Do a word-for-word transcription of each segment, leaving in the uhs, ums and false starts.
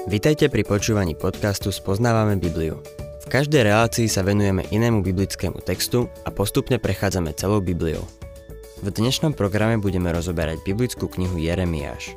Vitajte pri počúvaní podcastu Spoznávame Bibliu. V každej relácii sa venujeme inému biblickému textu a postupne prechádzame celou Bibliou. V dnešnom programe budeme rozoberať biblickú knihu Jeremiáš.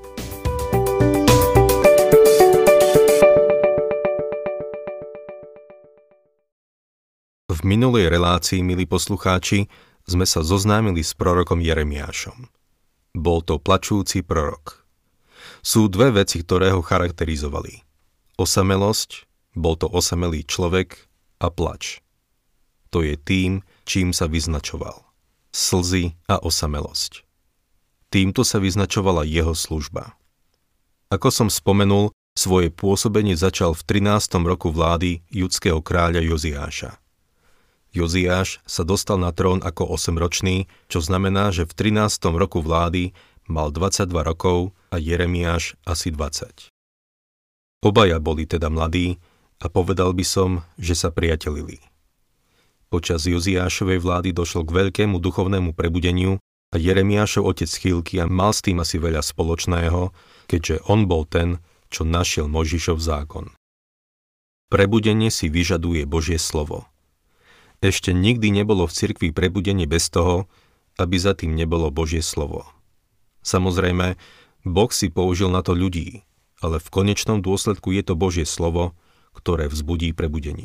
V minulej relácii, milí poslucháči, sme sa zoznámili s prorokom Jeremiášom. Bol to plačúci prorok. Sú dve veci, ktoré ho charakterizovali. Osamelosť, bol to osamelý človek, a plač. To je tým, čím sa vyznačoval. Slzy a osamelosť. Týmto sa vyznačovala jeho služba. Ako som spomenul, svoje pôsobenie začal v trinástom roku vlády judského kráľa Joziáša. Joziáš sa dostal na trón ako osemročný, čo znamená, že v trinástom roku vlády mal dvadsaťdva rokov a Jeremiáš asi dvadsať. Obaja boli teda mladí a povedal by som, že sa priatelili. Počas Joziášovej vlády došlo k veľkému duchovnému prebudeniu a Jeremiášov otec Chilkia mal s tým asi veľa spoločného, keďže on bol ten, čo našiel Mojžišov zákon. Prebudenie si vyžaduje Božie slovo. Ešte nikdy nebolo v cirkvi prebudenie bez toho, aby za tým nebolo Božie slovo. Samozrejme, Boh si použil na to ľudí, ale v konečnom dôsledku je to Božie slovo, ktoré vzbudí prebudenie.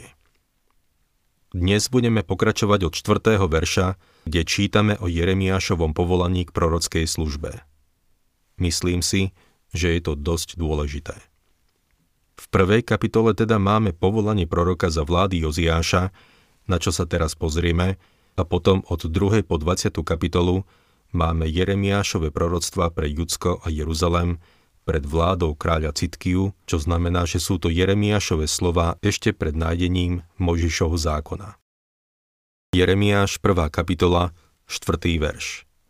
Dnes budeme pokračovať od štvrtého verša, kde čítame o Jeremiášovom povolaní k prorockej službe. Myslím si, že je to dosť dôležité. V prvej kapitole teda máme povolanie proroka za vlády Joziáša, na čo sa teraz pozrieme, a potom od druhej po dvadsiatu kapitolu máme Jeremiášove proroctvá pre Judsko a Jeruzalém pred vládou kráľa Citkiu, čo znamená, že sú to Jeremiášove slová ešte pred nájdením Mojžišovho zákona. Jeremiáš, prvá kapitola, štvrtý verš.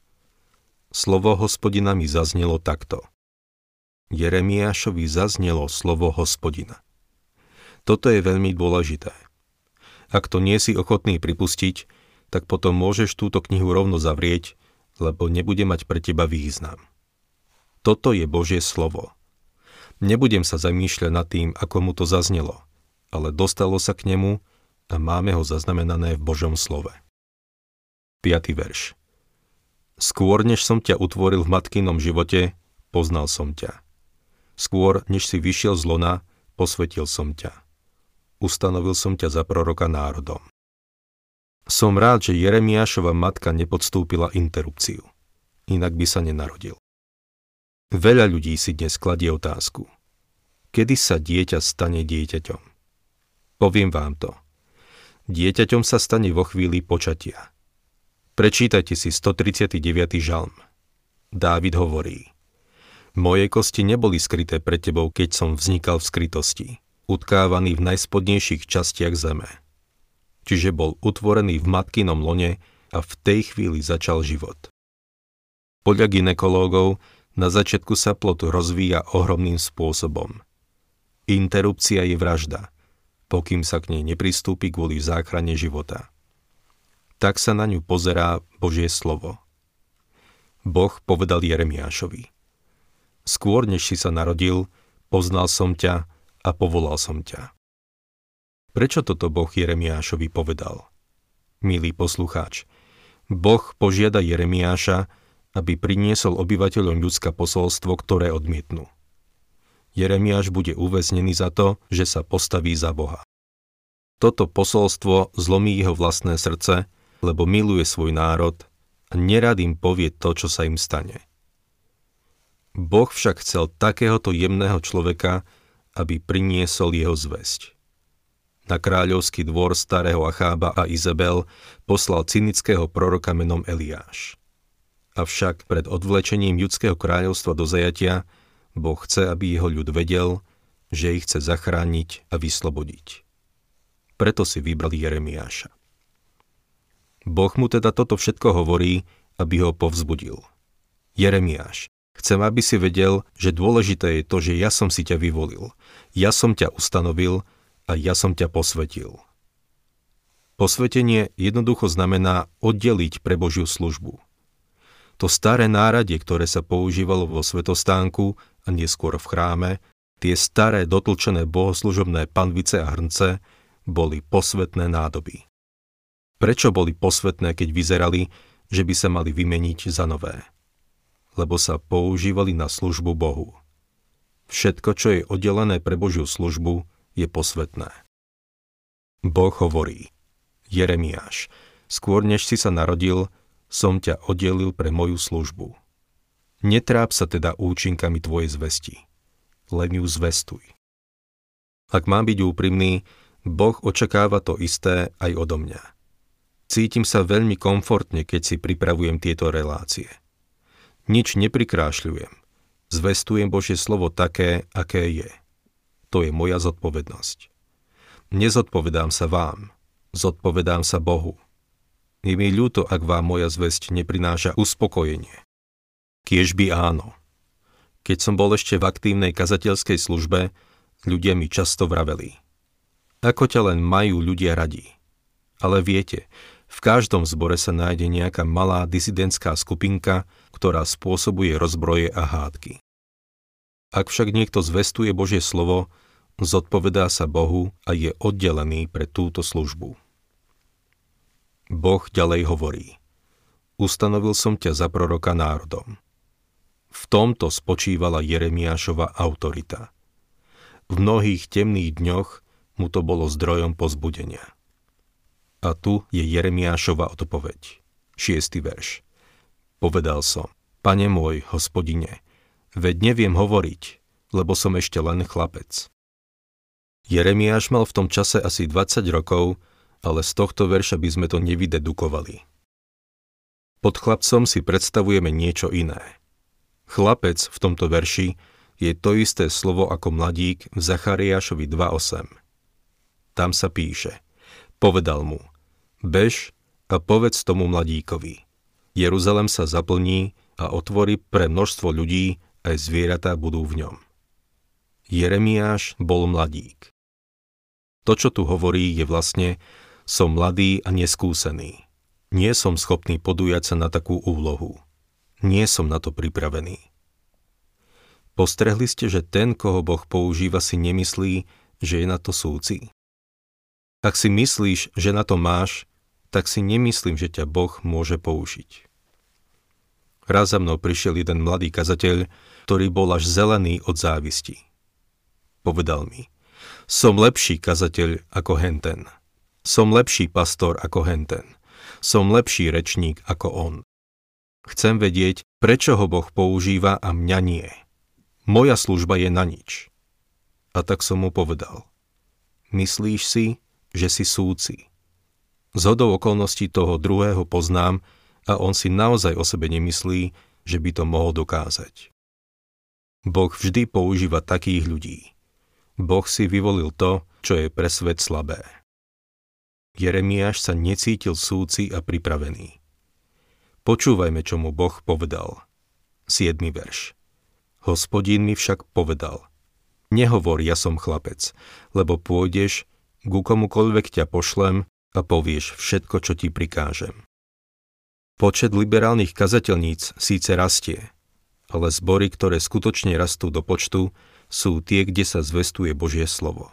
Slovo Hospodina mi zaznelo takto. Jeremiášovi zaznelo slovo Hospodina. Toto je veľmi dôležité. Ak to nie si ochotný pripustiť, tak potom môžeš túto knihu rovno zavrieť, lebo nebude mať pre teba význam. Toto je Božie slovo. Nebudem sa zamýšľať nad tým, ako mu to zaznelo, ale dostalo sa k nemu a máme ho zaznamenané v Božom slove. piaty verš. Skôr, než som ťa utvoril v matkinom živote, poznal som ťa. Skôr, než si vyšiel z lona, posvetil som ťa. Ustanovil som ťa za proroka národom. Som rád, že Jeremiášova matka nepodstúpila interrupciu. Inak by sa nenarodil. Veľa ľudí si dnes kladie otázku. Kedy sa dieťa stane dieťaťom? Poviem vám to. Dieťaťom sa stane vo chvíli počatia. Prečítajte si stotridsiaty deviaty žalm. Dávid hovorí: Moje kosti neboli skryté pred tebou, keď som vznikal v skrytosti, utkávaný v najspodnejších častiach zeme. Čiže bol utvorený v matkinom lone a v tej chvíli začal život. Podľa gynekológov na začiatku sa plod rozvíja ohromným spôsobom. Interrupcia je vražda, pokým sa k nej nepristúpi kvôli záchrane života. Tak sa na ňu pozerá Božie slovo. Boh povedal Jeremiášovi: Skôr, než si sa narodil, poznal som ťa a povolal som ťa. Prečo toto Boh Jeremiášovi povedal? Milý poslucháč, Boh požiada Jeremiáša, aby priniesol obyvateľom Judska posolstvo, ktoré odmietnú. Jeremiáš bude uväznený za to, že sa postaví za Boha. Toto posolstvo zlomí jeho vlastné srdce, lebo miluje svoj národ a nerad im povie to, čo sa im stane. Boh však chcel takéhoto jemného človeka, aby priniesol jeho zvesť. Na kráľovský dvor starého Achába a Izabel poslal cynického proroka menom Eliáš. Avšak pred odvlečením judského kráľovstva do zajatia Boh chce, aby jeho ľud vedel, že ich chce zachrániť a vyslobodiť. Preto si vybral Jeremiáša. Boh mu teda toto všetko hovorí, aby ho povzbudil. Jeremiáš, chcem, aby si vedel, že dôležité je to, že ja som si ťa vyvolil, ja som ťa ustanovil a ja som ťa posvetil. Posvetenie jednoducho znamená oddeliť pre Božiu službu. To staré náradie, ktoré sa používalo vo svätostánku a neskôr v chráme, Tie staré dotlčené bohoslužobné panvice a hrnce boli posvätné nádoby. Prečo boli posvätné, keď vyzerali, že by sa mali vymeniť za nové? Lebo sa používali na službu Bohu. Všetko, čo je oddelené pre Božiu službu, je posvätné. Boh hovorí: Jeremiáš, skôr než si sa narodil, som ťa oddelil pre moju službu. Netráp sa teda účinkami tvojej zvesti. Len ju zvestuj. Ak mám byť úprimný, Boh očakáva to isté aj odo mňa. Cítim sa veľmi komfortne, keď si pripravujem tieto relácie. Nič neprikrášľujem. Zvestujem Božie slovo také, aké je. To je moja zodpovednosť. Nezodpovedám sa vám. Zodpovedám sa Bohu. Je mi ľúto, ak vám moja zvesť neprináša uspokojenie. Kiež by áno. Keď som bol ešte v aktívnej kazateľskej službe, ľudia mi často vraveli: Ako ťa len majú ľudia radi. Ale viete, v každom zbore sa nájde nejaká malá disidentská skupinka, ktorá spôsobuje rozbroje a hádky. Ak však niekto zvestuje Božie slovo, zodpovedá sa Bohu a je oddelený pre túto službu. Boh ďalej hovorí: Ustanovil som ťa za proroka národom. V tomto spočívala Jeremiášova autorita. V mnohých temných dňoch mu to bolo zdrojom povzbudenia. A tu je Jeremiášova odpoveď. Šiestý verš. Povedal som: Pane môj, Hospodine, veď neviem hovoriť, lebo som ešte len chlapec. Jeremiáš mal v tom čase asi dvadsať rokov, ale z tohto verša by sme to nevydedukovali. Pod chlapcom si predstavujeme niečo iné. Chlapec v tomto verši je to isté slovo ako mladík v Zachariášovi dva osem. Tam sa píše: Povedal mu: Bež a povedz tomu mladíkovi: Jeruzalem sa zaplní a otvorí pre množstvo ľudí, aj zvieratá budú v ňom. Jeremiáš bol mladík. To, čo tu hovorí, je vlastne: som mladý a neskúsený. Nie som schopný podujať sa na takú úlohu. Nie som na to pripravený. Postrehli ste, že ten, koho Boh používa, si nemyslí, že je na to súci? Ak si myslíš, že na to máš, tak si nemyslím, že ťa Boh môže použiť. Raz za mnou prišiel jeden mladý kazateľ, ktorý bol až zelený od závisti. Povedal mi: Som lepší kazateľ ako henten. Som lepší pastor ako henten. Som lepší rečník ako on. Chcem vedieť, prečo ho Boh používa a mňa nie. Moja služba je na nič. A tak som mu povedal: Myslíš si, že si súci? Zhodou okolností toho druhého poznám a on si naozaj o sebe nemyslí, že by to mohol dokázať. Boh vždy používa takých ľudí. Boh si vyvolil to, čo je pre svet slabé. Jeremiáš sa necítil súci a pripravený. Počúvajme, čo mu Boh povedal. siedmy verš. Hospodín mi však povedal: Nehovor, ja som chlapec, lebo pôjdeš, ku komukoľvek ťa pošlem a povieš všetko, čo ti prikážem. Počet liberálnych kazateľníc síce rastie, ale zbory, ktoré skutočne rastú do počtu, sú tie, kde sa zvestuje Božie slovo.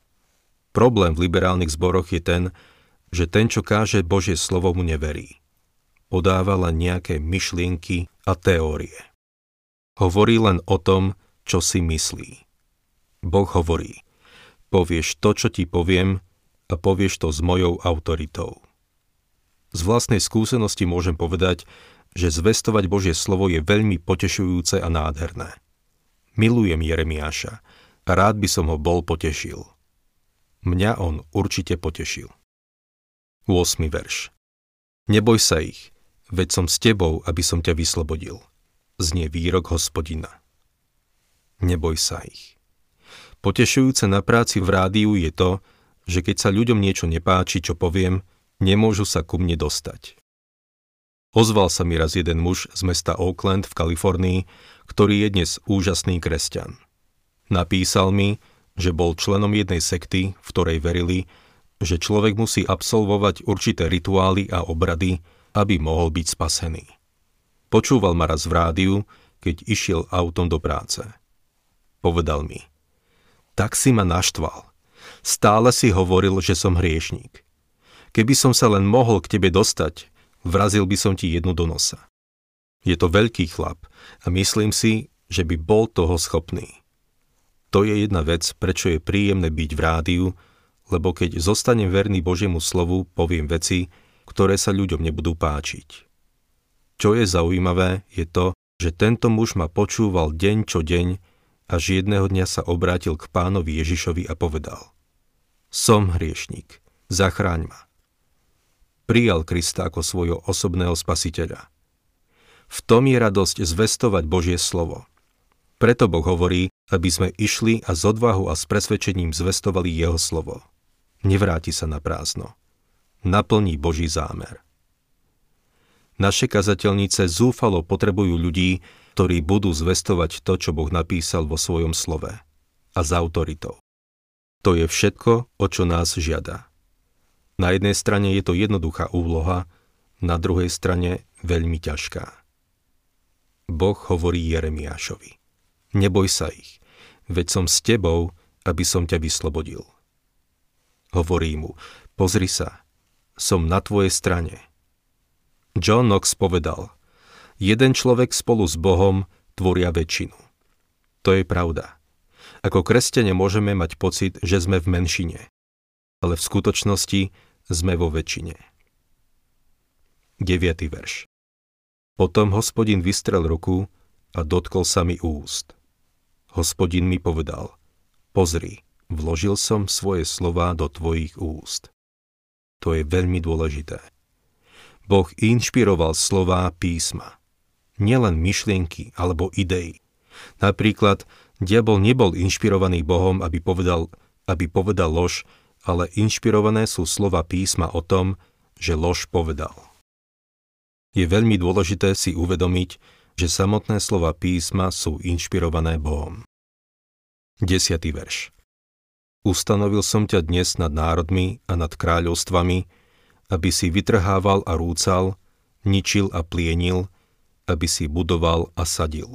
Problém v liberálnych zboroch je ten, že ten, čo káže Božie slovo, mu neverí. Podáva len nejaké myšlienky a teórie. Hovorí len o tom, čo si myslí. Boh hovorí: Povieš to, čo ti poviem, a povieš to s mojou autoritou. Z vlastnej skúsenosti môžem povedať, že zvestovať Božie slovo je veľmi potešujúce a nádherné. Milujem Jeremiáša a rád by som ho bol potešil. Mňa on určite potešil. ôsmy verš. Neboj sa ich, veď som s tebou, aby som ťa vyslobodil. Znie výrok Hospodina. Neboj sa ich. Potešujúce na práci v rádiu je to, že keď sa ľuďom niečo nepáči, čo poviem, nemôžu sa ku mne dostať. Ozval sa mi raz jeden muž z mesta Oakland v Kalifornii, ktorý je dnes úžasný kresťan. Napísal mi, že bol členom jednej sekty, v ktorej verili, že človek musí absolvovať určité rituály a obrady, aby mohol byť spasený. Počúval ma raz v rádiu, keď išiel autom do práce. Povedal mi: Tak si ma naštval. Stále si hovoril, že som hriešník. Keby som sa len mohol k tebe dostať, vrazil by som ti jednu do nosa. Je to veľký chlap a myslím si, že by bol toho schopný. To je jedna vec, prečo je príjemné byť v rádiu, lebo keď zostanem verný Božiemu slovu, poviem veci, ktoré sa ľuďom nebudú páčiť. Čo je zaujímavé, je to, že tento muž ma počúval deň čo deň, až jedného dňa sa obrátil k Pánovi Ježišovi a povedal: Som hriešník, zachráň ma. Prijal Krista ako svojho osobného spasiteľa. V tom je radosť zvestovať Božie slovo. Preto Boh hovorí, aby sme išli a z odvahu a s presvedčením zvestovali Jeho slovo. Nevráti sa na prázdno. Naplní Boží zámer. Naše kazateľnice zúfalo potrebujú ľudí, ktorí budú zvestovať to, čo Boh napísal vo svojom slove. A s autoritou. To je všetko, o čo nás žiada. Na jednej strane je to jednoduchá úloha, na druhej strane veľmi ťažká. Boh hovorí Jeremiášovi: Neboj sa ich, veď som s tebou, aby som ťa vyslobodil. Hovorí mu: Pozri sa, som na tvojej strane. John Knox povedal: Jeden človek spolu s Bohom tvoria väčšinu. To je pravda. Ako kresťania môžeme mať pocit, že sme v menšine, ale v skutočnosti sme vo väčšine. deviaty verš. Potom Hospodin vystrel ruku a dotkol sa mi úst. Hospodin mi povedal: Pozri, vložil som svoje slová do tvojich úst. To je veľmi dôležité. Boh inšpiroval slová písma. Nielen myšlienky alebo idei. Napríklad, diabol nebol inšpirovaný Bohom, aby povedal, aby povedal lož, ale inšpirované sú slova písma o tom, že lož povedal. Je veľmi dôležité si uvedomiť, že samotné slova písma sú inšpirované Bohom. desiaty verš. Ustanovil som ťa dnes nad národmi a nad kráľovstvami, aby si vytrhával a rúcal, ničil a plienil, aby si budoval a sadil.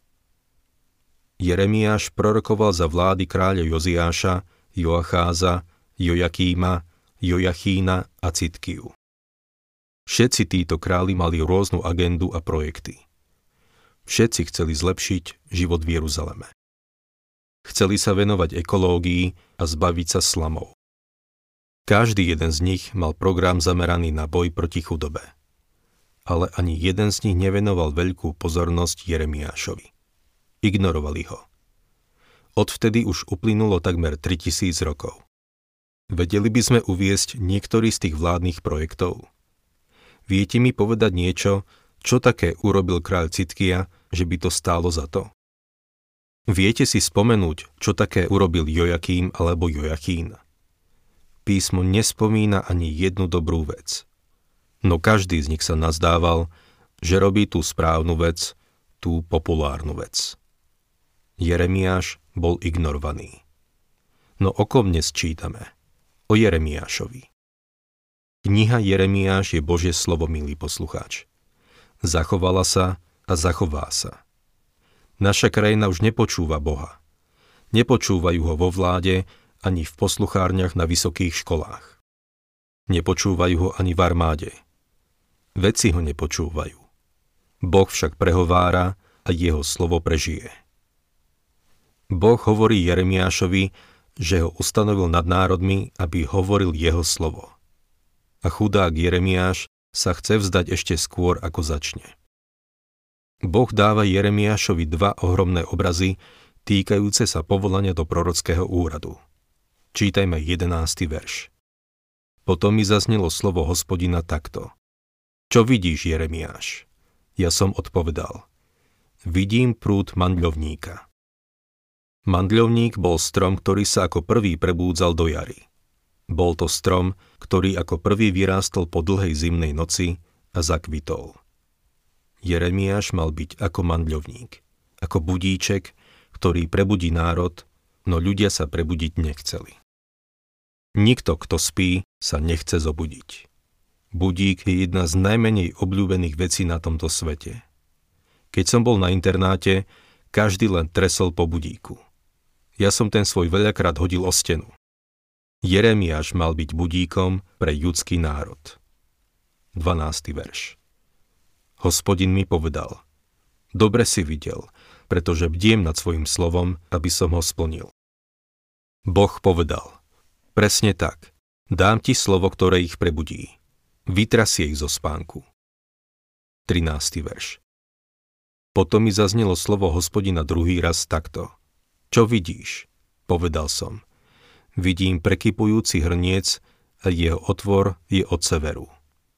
Jeremiáš prorokoval za vlády kráľa Joziáša, Joacháza, Jojakíma, Jojachína a Citkiu. Všetci títo králi mali rôznu agendu a projekty. Všetci chceli zlepšiť život v Jeruzaleme. Chceli sa venovať ekológii a zbaviť sa slamov. Každý jeden z nich mal program zameraný na boj proti chudobe. Ale ani jeden z nich nevenoval veľkú pozornosť Jeremiášovi. Ignorovali ho. Odvtedy už uplynulo takmer tritisíc rokov. Vedeli by sme uviesť niektorý z tých vládnych projektov. Viete mi povedať niečo, čo také urobil kráľ Citkia, že by to stálo za to? Viete si spomenúť, čo také urobil Jojakím alebo Jojachín? Písmo nespomína ani jednu dobrú vec. No každý z nich sa nazdával, že robí tú správnu vec, tú populárnu vec. Jeremiáš bol ignorovaný. No o kom dnes čítame? O Jeremiášovi. Kniha Jeremiáš je Božie slovo, milý poslucháč. Zachovala sa a zachová sa. Naša krajina už nepočúva Boha. Nepočúvajú ho vo vláde ani v posluchárniach na vysokých školách. Nepočúvajú ho ani v armáde. Vedci ho nepočúvajú. Boh však prehovára a jeho slovo prežije. Boh hovorí Jeremiášovi, že ho ustanovil nad národmi, aby hovoril jeho slovo. A chudák Jeremiáš sa chce vzdať ešte skôr, ako začne. Boh dáva Jeremiášovi dva ohromné obrazy, týkajúce sa povolania do prorockého úradu. Čítajme jedenásty verš. Potom mi zaznelo slovo Hospodina takto. Čo vidíš, Jeremiáš? Ja som odpovedal. Vidím prúd mandľovníka. Mandľovník bol strom, ktorý sa ako prvý prebúdzal do jary. Bol to strom, ktorý ako prvý vyrástol po dlhej zimnej noci a zakvitol. Jeremiáš mal byť ako mandľovník, ako budíček, ktorý prebudí národ, no ľudia sa prebudiť nechceli. Nikto, kto spí, sa nechce zobudiť. Budík je jedna z najmenej obľúbených vecí na tomto svete. Keď som bol na internáte, každý len tresol po budíku. ja som ten svoj veľakrát hodil o stenu. Jeremiáš mal byť budíkom pre judský národ. dvanásty verš. Hospodin mi povedal: Dobre si videl, pretože bdiem nad svojim slovom, aby som ho splnil. Boh povedal: Presne tak, dám ti slovo, ktoré ich prebudí. Vytrasie ich zo spánku. trinásty verš. Potom mi zaznelo slovo Hospodina druhý raz takto: Čo vidíš? Povedal som: Vidím prekypujúci hrniec a jeho otvor je od severu.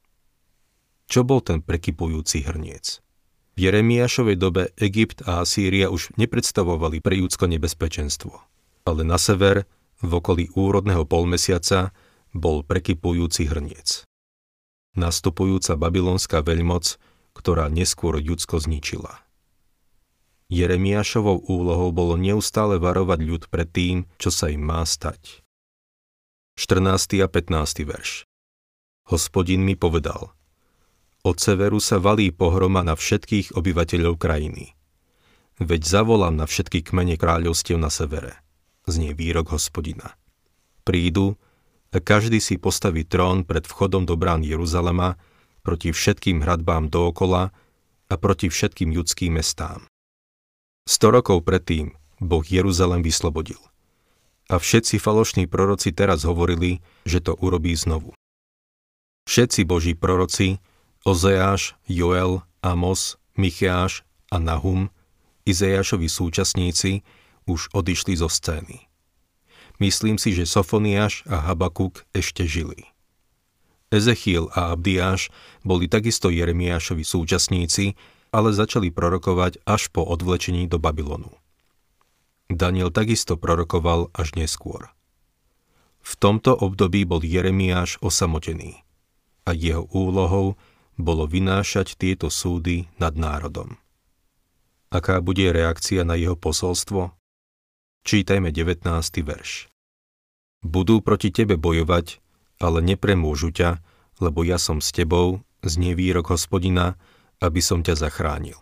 Čo bol ten prekypujúci hrniec? V Jeremiášovej dobe Egypt a Asýria už nepredstavovali pre Judsko nebezpečenstvo, ale na sever, v okolí úrodného polmesiaca, bol prekypujúci hrniec. Nastupujúca babylonská veľmoc, ktorá neskôr Judsko zničila. Jeremiášovou úlohou bolo neustále varovať ľud pred tým, čo sa im má stať. štrnásty a pätnásty verš. Hospodin mi povedal: Od severu sa valí pohroma na všetkých obyvateľov krajiny. Veď zavolám na všetky kmene kráľovstiev na severe. Znie výrok Hospodina. Prídu a každý si postaví trón pred vchodom do brán Jeruzalema proti všetkým hradbám dookola a proti všetkým judským mestám. Sto rokov predtým Boh Jeruzalem vyslobodil. A všetci falošní proroci teraz hovorili, že to urobí znovu. Všetci Boží proroci, Ozeáš, Joel, Amos, Micheáš a Nahum, Izaiášovi súčasníci, už odišli zo scény. Myslím si, že Sofoniáš a Habakuk ešte žili. Ezechiel a Abdiáš boli takisto Jeremiášovi súčasníci, ale začali prorokovať až po odvlečení do Babylonu. Daniel takisto prorokoval až neskôr. V tomto období bol Jeremiáš osamotený a jeho úlohou bolo vynášať tieto súdy nad národom. Aká bude reakcia na jeho posolstvo? Čítajme devätnásty verš. Budú proti tebe bojovať, ale nepremôžu ťa, lebo ja som s tebou, znie výrok Hospodina, aby som ťa zachránil.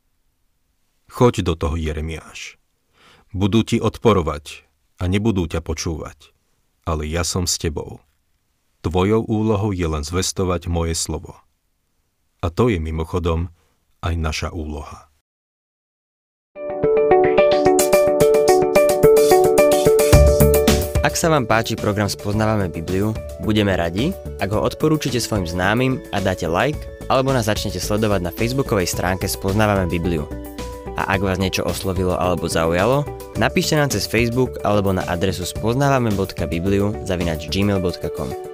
Choď do toho, Jeremiáš. Budú ti odporovať a nebudú ťa počúvať, ale ja som s tebou. Tvojou úlohou je len zvestovať moje slovo. A to je mimochodom aj naša úloha. Ak sa vám páči program Spoznávame Bibliu, budeme radi, ak ho odporúčite svojim známym a dáte like, alebo nás začnete sledovať na facebookovej stránke Spoznávame Bibliu. A ak vás niečo oslovilo alebo zaujalo, napíšte nám cez Facebook alebo na adresu spoznávame bodka bibliu zavináč gmail bodka com.